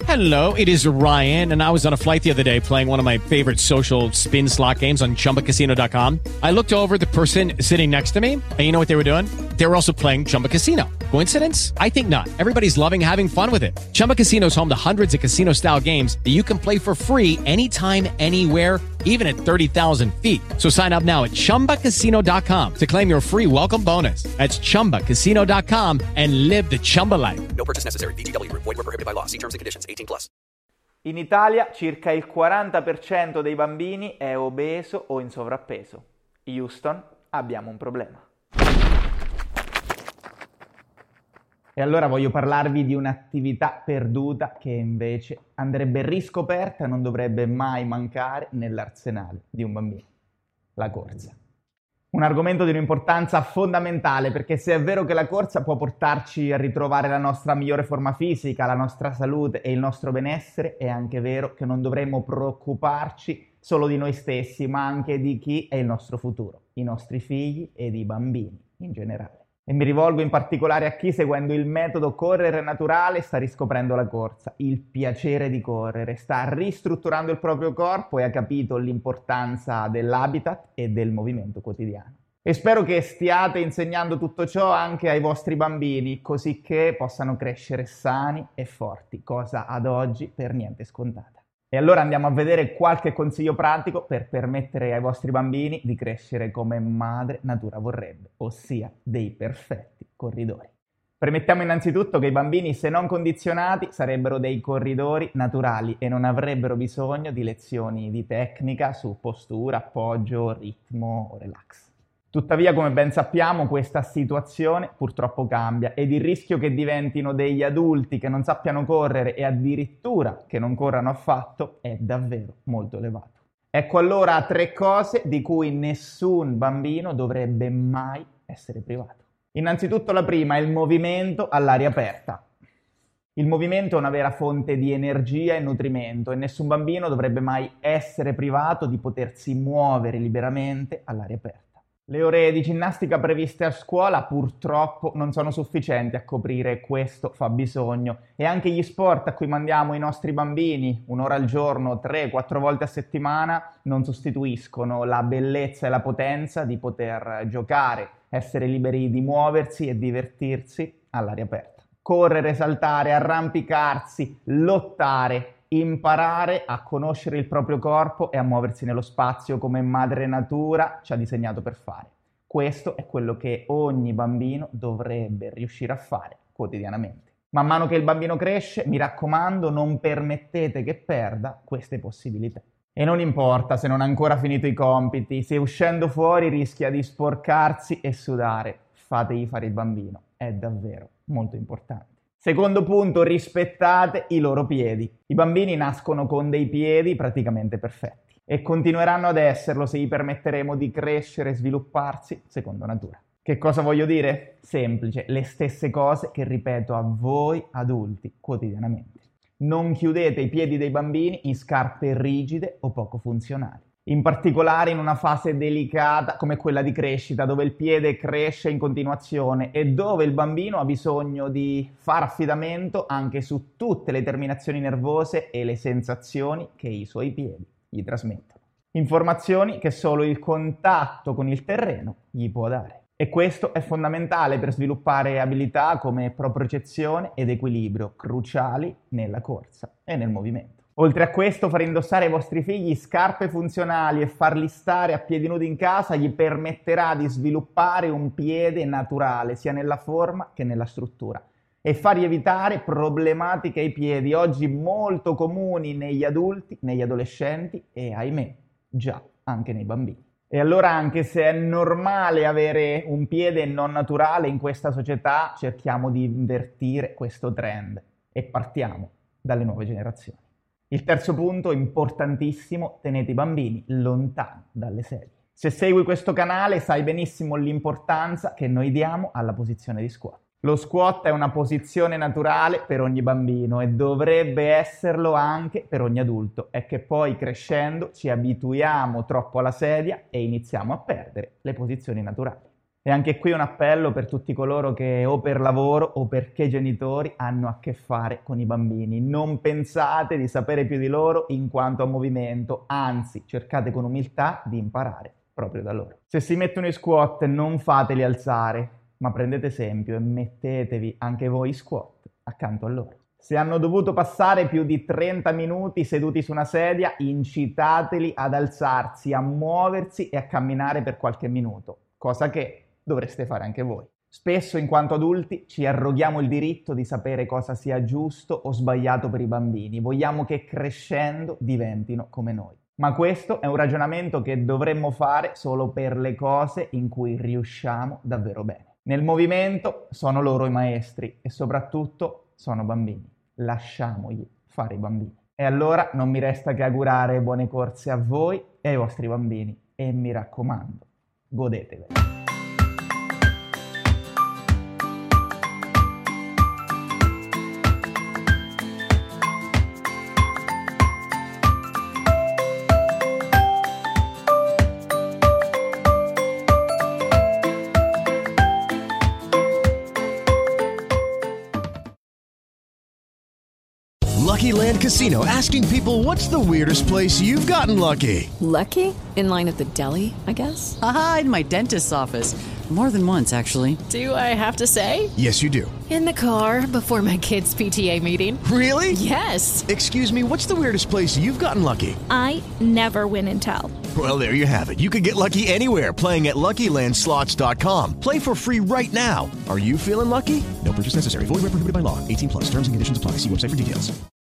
Hello, it is Ryan, and I was on a flight the other day playing one of my favorite social spin slot games on ChumbaCasino.com. I looked over at the person sitting next to me, and you know what they were doing? They were also playing Chumba Casino. Coincidence? I think not. Everybody's loving having fun with it. Chumba Casino is home to hundreds of casino-style games that you can play for free anytime, anywhere, even at 30,000 feet. So sign up now at ChumbaCasino.com to claim your free welcome bonus. That's ChumbaCasino.com and live the Chumba life. No purchase necessary. VGW. Void where prohibited by law. See terms and conditions. 18+. In Italia circa il 40% dei bambini è obeso o in sovrappeso. Houston, abbiamo un problema. E allora voglio parlarvi di un'attività perduta che invece andrebbe riscoperta e non dovrebbe mai mancare nell'arsenale di un bambino: la corsa. Un argomento di un'importanza fondamentale, perché se è vero che la corsa può portarci a ritrovare la nostra migliore forma fisica, la nostra salute e il nostro benessere, è anche vero che non dovremmo preoccuparci solo di noi stessi, ma anche di chi è il nostro futuro, i nostri figli ed i bambini in generale. E mi rivolgo in particolare a chi, seguendo il metodo correre naturale, sta riscoprendo la corsa, il piacere di correre, sta ristrutturando il proprio corpo e ha capito l'importanza dell'habitat e del movimento quotidiano. E spero che stiate insegnando tutto ciò anche ai vostri bambini, così che possano crescere sani e forti, cosa ad oggi per niente scontata. E allora andiamo a vedere qualche consiglio pratico per permettere ai vostri bambini di crescere come madre natura vorrebbe, ossia dei perfetti corridori. Premettiamo innanzitutto che i bambini, se non condizionati, sarebbero dei corridori naturali e non avrebbero bisogno di lezioni di tecnica su postura, appoggio, ritmo o relax. Tuttavia, come ben sappiamo, questa situazione purtroppo cambia ed il rischio che diventino degli adulti che non sappiano correre e addirittura che non corrano affatto è davvero molto elevato. Ecco allora 3 cose di cui nessun bambino dovrebbe mai essere privato. Innanzitutto la prima è il movimento all'aria aperta. Il movimento è una vera fonte di energia e nutrimento e nessun bambino dovrebbe mai essere privato di potersi muovere liberamente all'aria aperta. Le ore di ginnastica previste a scuola purtroppo non sono sufficienti a coprire questo fabbisogno e anche gli sport a cui mandiamo i nostri bambini 1 ora al giorno, 3-4 volte a settimana, non sostituiscono la bellezza e la potenza di poter giocare, essere liberi di muoversi e divertirsi all'aria aperta. Correre, saltare, arrampicarsi, lottare, imparare a conoscere il proprio corpo e a muoversi nello spazio come madre natura ci ha disegnato per fare. Questo è quello che ogni bambino dovrebbe riuscire a fare quotidianamente. Man mano che il bambino cresce, mi raccomando, non permettete che perda queste possibilità. E non importa se non ha ancora finito i compiti, se uscendo fuori rischia di sporcarsi e sudare, fategli fare il bambino, è davvero molto importante. Secondo punto, rispettate i loro piedi. I bambini nascono con dei piedi praticamente perfetti e continueranno ad esserlo se gli permetteremo di crescere e svilupparsi secondo natura. Che cosa voglio dire? Semplice, le stesse cose che ripeto a voi adulti quotidianamente. Non chiudete i piedi dei bambini in scarpe rigide o poco funzionali. In particolare in una fase delicata come quella di crescita, dove il piede cresce in continuazione e dove il bambino ha bisogno di fare affidamento anche su tutte le terminazioni nervose e le sensazioni che i suoi piedi gli trasmettono. Informazioni che solo il contatto con il terreno gli può dare. E questo è fondamentale per sviluppare abilità come propriocezione ed equilibrio, cruciali nella corsa e nel movimento. Oltre a questo, far indossare ai vostri figli scarpe funzionali e farli stare a piedi nudi in casa gli permetterà di sviluppare un piede naturale, sia nella forma che nella struttura, e fargli evitare problematiche ai piedi, oggi molto comuni negli adulti, negli adolescenti e, ahimè, già anche nei bambini. E allora, anche se è normale avere un piede non naturale in questa società, cerchiamo di invertire questo trend e partiamo dalle nuove generazioni. Il terzo punto, importantissimo, tenete i bambini lontani dalle sedie. Se segui questo canale sai benissimo l'importanza che noi diamo alla posizione di squat. Lo squat è una posizione naturale per ogni bambino e dovrebbe esserlo anche per ogni adulto. È che poi crescendo ci abituiamo troppo alla sedia e iniziamo a perdere le posizioni naturali. E anche qui un appello per tutti coloro che o per lavoro o perché genitori hanno a che fare con i bambini. Non pensate di sapere più di loro in quanto a movimento, anzi cercate con umiltà di imparare proprio da loro. Se si mettono in squat non fateli alzare, ma prendete esempio e mettetevi anche voi in squat accanto a loro. Se hanno dovuto passare più di 30 minuti seduti su una sedia, incitateli ad alzarsi, a muoversi e a camminare per qualche minuto, cosa che dovreste fare anche voi. Spesso, in quanto adulti, ci arroghiamo il diritto di sapere cosa sia giusto o sbagliato per i bambini. Vogliamo che crescendo diventino come noi. Ma questo è un ragionamento che dovremmo fare solo per le cose in cui riusciamo davvero bene. Nel movimento sono loro i maestri e soprattutto sono bambini. Lasciamogli fare i bambini. E allora non mi resta che augurare buone corse a voi e ai vostri bambini. E mi raccomando, godetevele. Lucky Land Casino, asking people, what's the weirdest place you've gotten lucky? Lucky? In line at the deli, I guess? Aha, in my dentist's office. More than once, actually. Do I have to say? Yes, you do. In the car before my kids' PTA meeting. Really? Yes. Excuse me, what's the weirdest place you've gotten lucky? I never win and tell. Well, there you have it. You can get lucky anywhere, playing at LuckyLandSlots.com. Play for free right now. Are you feeling lucky? No purchase necessary. Void where prohibited by law. 18+. Terms and conditions apply. See website for details.